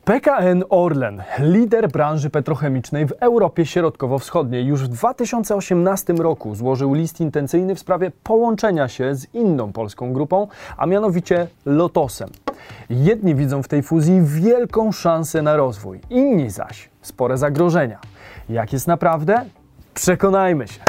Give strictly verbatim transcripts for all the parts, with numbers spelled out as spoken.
P K N Orlen, lider branży petrochemicznej w Europie Środkowo-Wschodniej, już w dwa tysiące osiemnastym roku złożył list intencyjny w sprawie połączenia się z inną polską grupą, a mianowicie Lotosem. Jedni widzą w tej fuzji wielką szansę na rozwój, inni zaś spore zagrożenia. Jak jest naprawdę? Przekonajmy się!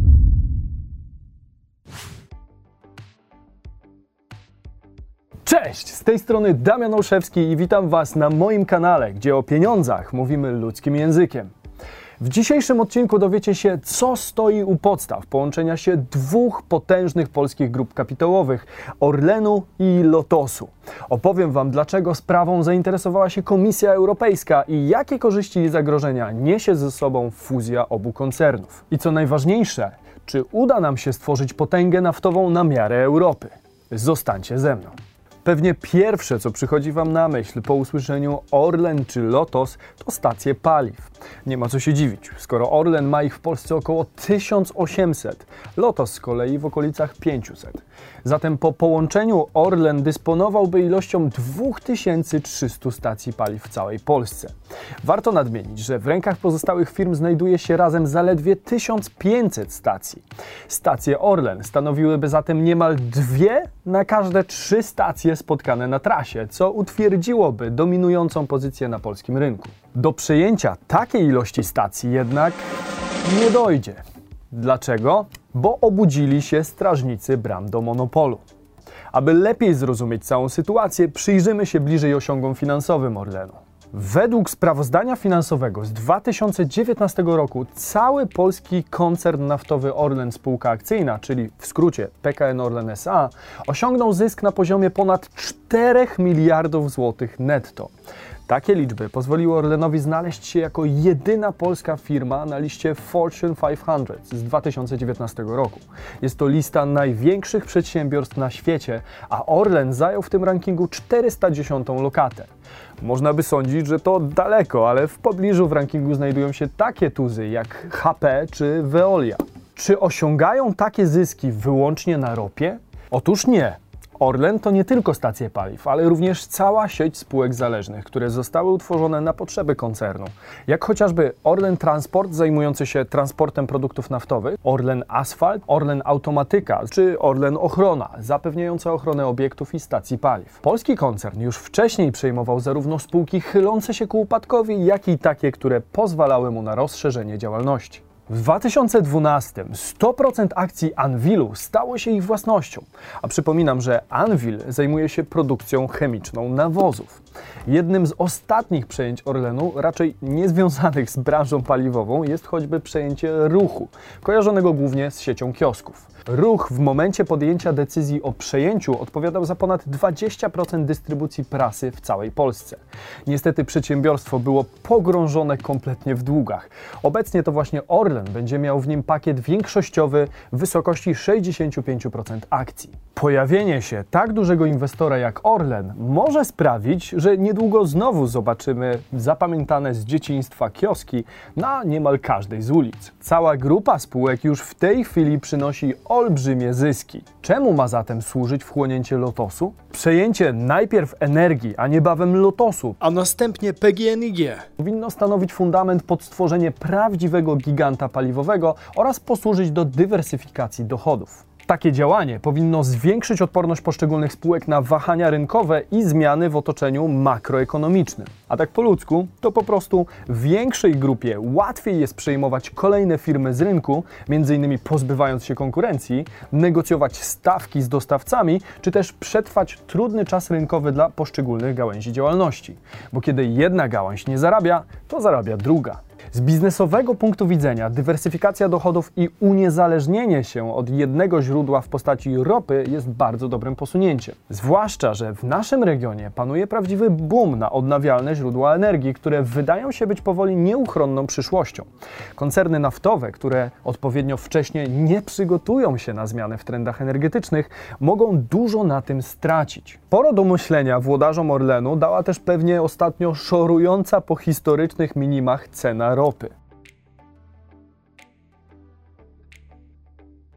Cześć! Z tej strony Damian Olszewski i witam Was na moim kanale, gdzie o pieniądzach mówimy ludzkim językiem. W dzisiejszym odcinku dowiecie się, co stoi u podstaw połączenia się dwóch potężnych polskich grup kapitałowych, Orlenu i Lotosu. Opowiem Wam, dlaczego sprawą zainteresowała się Komisja Europejska i jakie korzyści i zagrożenia niesie ze sobą fuzja obu koncernów. I co najważniejsze, czy uda nam się stworzyć potęgę naftową na miarę Europy? Zostańcie ze mną. Pewnie pierwsze, co przychodzi Wam na myśl po usłyszeniu Orlen czy Lotos, to stacje paliw. Nie ma co się dziwić, skoro Orlen ma ich w Polsce około tysiąc osiemset, Lotos z kolei w okolicach pięćset. Zatem po połączeniu Orlen dysponowałby ilością dwa tysiące trzysta stacji paliw w całej Polsce. Warto nadmienić, że w rękach pozostałych firm znajduje się razem zaledwie tysiąc pięćset stacji. Stacje Orlen stanowiłyby zatem niemal dwie na każde trzy stacje spotkane na trasie, co utwierdziłoby dominującą pozycję na polskim rynku. Do przejęcia takiej ilości stacji jednak nie dojdzie. Dlaczego? Bo obudzili się strażnicy bram do monopolu. Aby lepiej zrozumieć całą sytuację, przyjrzymy się bliżej osiągom finansowym Orlenu. Według sprawozdania finansowego z dwa tysiące dziewiętnastego roku cały polski koncern naftowy Orlen Spółka Akcyjna, czyli w skrócie P K N Orlen S A, osiągnął zysk na poziomie ponad czterech miliardów złotych netto. Takie liczby pozwoliły Orlenowi znaleźć się jako jedyna polska firma na liście Fortune pięćset z dwa tysiące dziewiętnastego roku. Jest to lista największych przedsiębiorstw na świecie, a Orlen zajął w tym rankingu czterysta dziesiątą lokatę. Można by sądzić, że to daleko, ale w pobliżu w rankingu znajdują się takie tuzy jak H P czy Veolia. Czy osiągają takie zyski wyłącznie na ropie? Otóż nie. Orlen to nie tylko stacje paliw, ale również cała sieć spółek zależnych, które zostały utworzone na potrzeby koncernu. Jak chociażby Orlen Transport zajmujący się transportem produktów naftowych, Orlen Asfalt, Orlen Automatyka czy Orlen Ochrona zapewniająca ochronę obiektów i stacji paliw. Polski koncern już wcześniej przejmował zarówno spółki chylące się ku upadkowi, jak i takie, które pozwalały mu na rozszerzenie działalności. W dwa tysiące dwunastym sto procent akcji Anwilu stało się ich własnością, a przypominam, że Anwil zajmuje się produkcją chemiczną nawozów. Jednym z ostatnich przejęć Orlenu, raczej niezwiązanych z branżą paliwową, jest choćby przejęcie Ruchu, kojarzonego głównie z siecią kiosków. Ruch w momencie podjęcia decyzji o przejęciu odpowiadał za ponad dwadzieścia procent dystrybucji prasy w całej Polsce. Niestety przedsiębiorstwo było pogrążone kompletnie w długach. Obecnie to właśnie Orlen będzie miał w nim pakiet większościowy w wysokości sześćdziesiąt pięć procent akcji. Pojawienie się tak dużego inwestora jak Orlen może sprawić, że niedługo znowu zobaczymy zapamiętane z dzieciństwa kioski na niemal każdej z ulic. Cała grupa spółek już w tej chwili przynosi olbrzymie zyski. Czemu ma zatem służyć wchłonięcie Lotosu? Przejęcie najpierw Energii, a niebawem Lotosu, a następnie P G N I G powinno stanowić fundament pod stworzenie prawdziwego giganta paliwowego oraz posłużyć do dywersyfikacji dochodów. Takie działanie powinno zwiększyć odporność poszczególnych spółek na wahania rynkowe i zmiany w otoczeniu makroekonomicznym. A tak po ludzku, to po prostu większej grupie łatwiej jest przejmować kolejne firmy z rynku, między innymi pozbywając się konkurencji, negocjować stawki z dostawcami, czy też przetrwać trudny czas rynkowy dla poszczególnych gałęzi działalności. Bo kiedy jedna gałąź nie zarabia, to zarabia druga. Z biznesowego punktu widzenia dywersyfikacja dochodów i uniezależnienie się od jednego źródła w postaci ropy jest bardzo dobrym posunięciem. Zwłaszcza, że w naszym regionie panuje prawdziwy boom na odnawialne źródła energii, które wydają się być powoli nieuchronną przyszłością. Koncerny naftowe, które odpowiednio wcześnie nie przygotują się na zmiany w trendach energetycznych, mogą dużo na tym stracić. Sporo do myślenia włodarzom Orlenu dała też pewnie ostatnio szorująca po historycznych minimach cena ropy.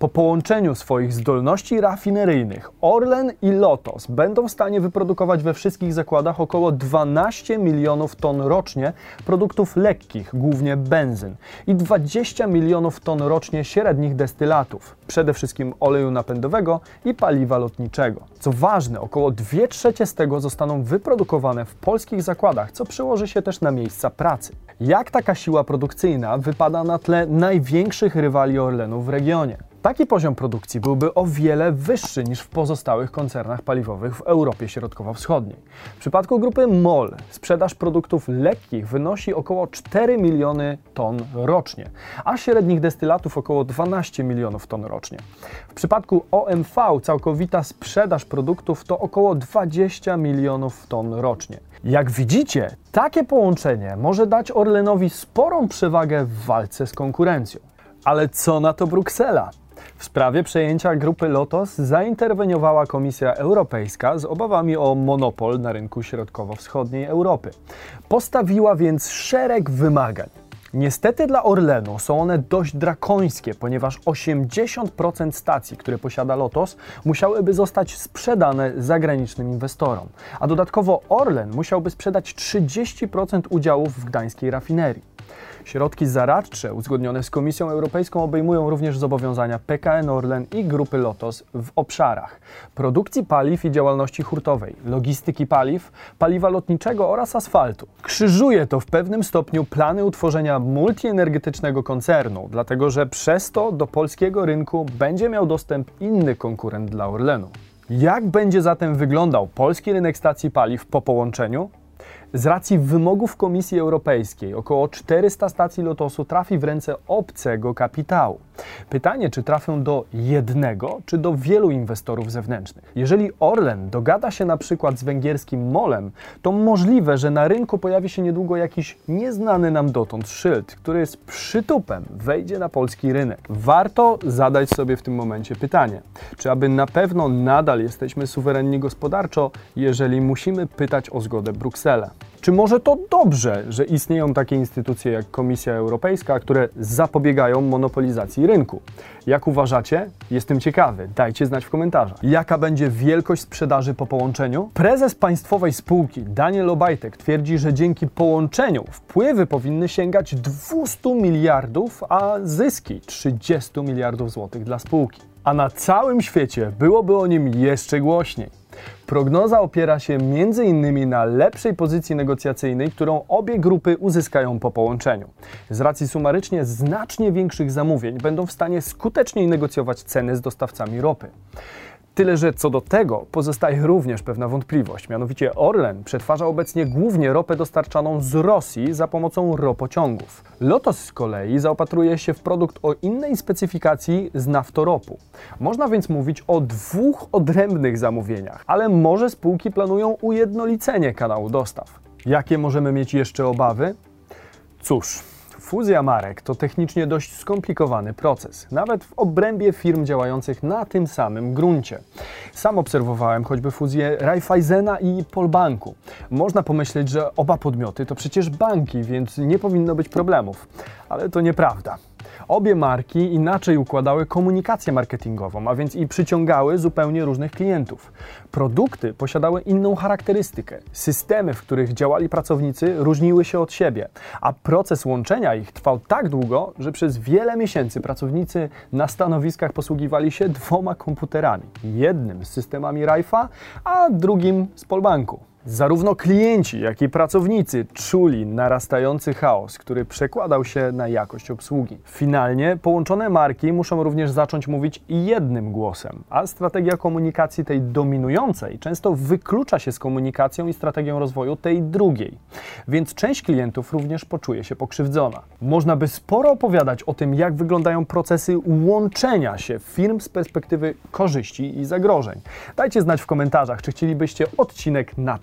Po połączeniu swoich zdolności rafineryjnych Orlen i Lotos będą w stanie wyprodukować we wszystkich zakładach około dwanaście milionów ton rocznie produktów lekkich, głównie benzyn, i dwadzieścia milionów ton rocznie średnich destylatów, przede wszystkim oleju napędowego i paliwa lotniczego. Co ważne, około dwie trzecie z tego zostaną wyprodukowane w polskich zakładach, co przełoży się też na miejsca pracy. Jak taka siła produkcyjna wypada na tle największych rywali Orlenu w regionie? Taki poziom produkcji byłby o wiele wyższy niż w pozostałych koncernach paliwowych w Europie Środkowo-Wschodniej. W przypadku grupy MOL sprzedaż produktów lekkich wynosi około cztery miliony ton rocznie, a średnich destylatów około dwanaście milionów ton rocznie. W przypadku O M V całkowita sprzedaż produktów to około dwadzieścia milionów ton rocznie. Jak widzicie, takie połączenie może dać Orlenowi sporą przewagę w walce z konkurencją. Ale co na to Bruksela? W sprawie przejęcia grupy Lotos zainterweniowała Komisja Europejska z obawami o monopol na rynku środkowo-wschodniej Europy. Postawiła więc szereg wymagań. Niestety dla Orlenu są one dość drakońskie, ponieważ osiemdziesiąt procent stacji, które posiada Lotos, musiałyby zostać sprzedane zagranicznym inwestorom, a dodatkowo Orlen musiałby sprzedać trzydzieści procent udziałów w gdańskiej rafinerii. Środki zaradcze uzgodnione z Komisją Europejską obejmują również zobowiązania P K N Orlen i grupy Lotos w obszarach produkcji paliw i działalności hurtowej, logistyki paliw, paliwa lotniczego oraz asfaltu. Krzyżuje to w pewnym stopniu plany utworzenia multienergetycznego koncernu, dlatego że przez to do polskiego rynku będzie miał dostęp inny konkurent dla Orlenu. Jak będzie zatem wyglądał polski rynek stacji paliw po połączeniu? Z racji wymogów Komisji Europejskiej około czterysta stacji Lotosu trafi w ręce obcego kapitału. Pytanie, czy trafią do jednego, czy do wielu inwestorów zewnętrznych. Jeżeli Orlen dogada się na przykład z węgierskim MOL-em, to możliwe, że na rynku pojawi się niedługo jakiś nieznany nam dotąd szyld, który z przytupem wejdzie na polski rynek. Warto zadać sobie w tym momencie pytanie, czy aby na pewno nadal jesteśmy suwerenni gospodarczo, jeżeli musimy pytać o zgodę Brukselę. Czy może to dobrze, że istnieją takie instytucje jak Komisja Europejska, które zapobiegają monopolizacji rynku? Jak uważacie? Jestem ciekawy. Dajcie znać w komentarzach. Jaka będzie wielkość sprzedaży po połączeniu? Prezes państwowej spółki Daniel Obajtek twierdzi, że dzięki połączeniu wpływy powinny sięgać dwieście miliardów, a zyski trzydzieści miliardów złotych dla spółki. A na całym świecie byłoby o nim jeszcze głośniej. Prognoza opiera się między innymi na lepszej pozycji negocjacyjnej, którą obie grupy uzyskają po połączeniu. Z racji sumarycznie znacznie większych zamówień będą w stanie skuteczniej negocjować ceny z dostawcami ropy. Tyle, że co do tego pozostaje również pewna wątpliwość. Mianowicie Orlen przetwarza obecnie głównie ropę dostarczaną z Rosji za pomocą ropociągów. Lotos z kolei zaopatruje się w produkt o innej specyfikacji z naftoropu. Można więc mówić o dwóch odrębnych zamówieniach, ale może spółki planują ujednolicenie kanału dostaw. Jakie możemy mieć jeszcze obawy? Cóż, fuzja marek to technicznie dość skomplikowany proces, nawet w obrębie firm działających na tym samym gruncie. Sam obserwowałem choćby fuzję Raiffeisena i Polbanku. Można pomyśleć, że oba podmioty to przecież banki, więc nie powinno być problemów, ale to nieprawda. Obie marki inaczej układały komunikację marketingową, a więc i przyciągały zupełnie różnych klientów. Produkty posiadały inną charakterystykę. Systemy, w których działali pracownicy, różniły się od siebie, a proces łączenia ich trwał tak długo, że przez wiele miesięcy pracownicy na stanowiskach posługiwali się dwoma komputerami. Jednym z systemami Raifa, a drugim z Polbanku. Zarówno klienci, jak i pracownicy czuli narastający chaos, który przekładał się na jakość obsługi. Finalnie połączone marki muszą również zacząć mówić jednym głosem, a strategia komunikacji tej dominującej często wyklucza się z komunikacją i strategią rozwoju tej drugiej. Więc część klientów również poczuje się pokrzywdzona. Można by sporo opowiadać o tym, jak wyglądają procesy łączenia się firm z perspektywy korzyści i zagrożeń. Dajcie znać w komentarzach, czy chcielibyście odcinek na ten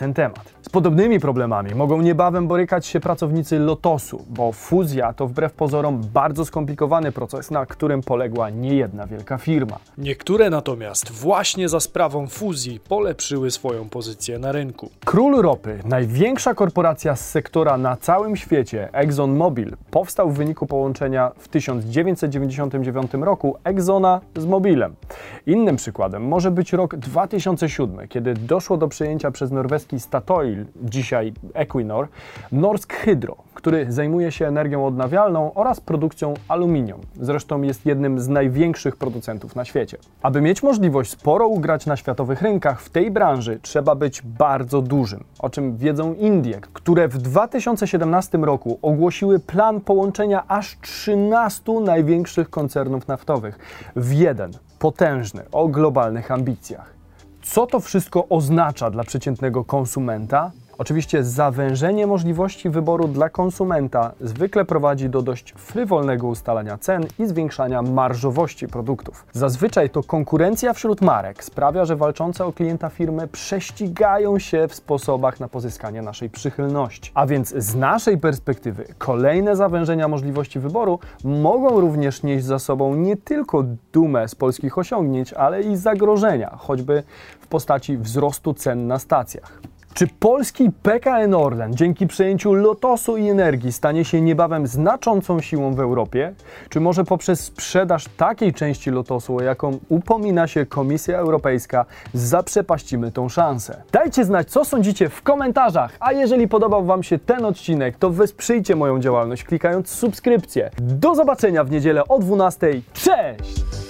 ten temat. Z podobnymi problemami mogą niebawem borykać się pracownicy Lotosu, bo fuzja to wbrew pozorom bardzo skomplikowany proces, na którym poległa niejedna wielka firma. Niektóre natomiast właśnie za sprawą fuzji polepszyły swoją pozycję na rynku. Król ropy, największa korporacja z sektora na całym świecie, ExxonMobil, powstał w wyniku połączenia w tysiąc dziewięćset dziewięćdziesiątym dziewiątym roku Exxona z Mobilem. Innym przykładem może być rok dwa tysiące siódmy, kiedy doszło do przejęcia przez norweski Statoil, dzisiaj Equinor, Norsk Hydro, który zajmuje się energią odnawialną oraz produkcją aluminium. Zresztą jest jednym z największych producentów na świecie. Aby mieć możliwość sporo ugrać na światowych rynkach w tej branży, trzeba być bardzo dużym, o czym wiedzą Indie, które w dwa tysiące siedemnastym roku ogłosiły plan połączenia aż trzynastu największych koncernów naftowych w jeden, potężny, o globalnych ambicjach. Co to wszystko oznacza dla przeciętnego konsumenta? Oczywiście zawężenie możliwości wyboru dla konsumenta zwykle prowadzi do dość frywolnego ustalania cen i zwiększania marżowości produktów. Zazwyczaj to konkurencja wśród marek sprawia, że walczące o klienta firmy prześcigają się w sposobach na pozyskanie naszej przychylności. A więc z naszej perspektywy kolejne zawężenia możliwości wyboru mogą również nieść za sobą nie tylko dumę z polskich osiągnięć, ale i zagrożenia, choćby w postaci wzrostu cen na stacjach. Czy polski P K N Orlen dzięki przejęciu Lotosu i Energii stanie się niebawem znaczącą siłą w Europie? Czy może poprzez sprzedaż takiej części Lotosu, o jaką upomina się Komisja Europejska, zaprzepaścimy tą szansę? Dajcie znać, co sądzicie w komentarzach, a jeżeli podobał Wam się ten odcinek, to wesprzyjcie moją działalność klikając subskrypcję. Do zobaczenia w niedzielę o dwunastej. Cześć!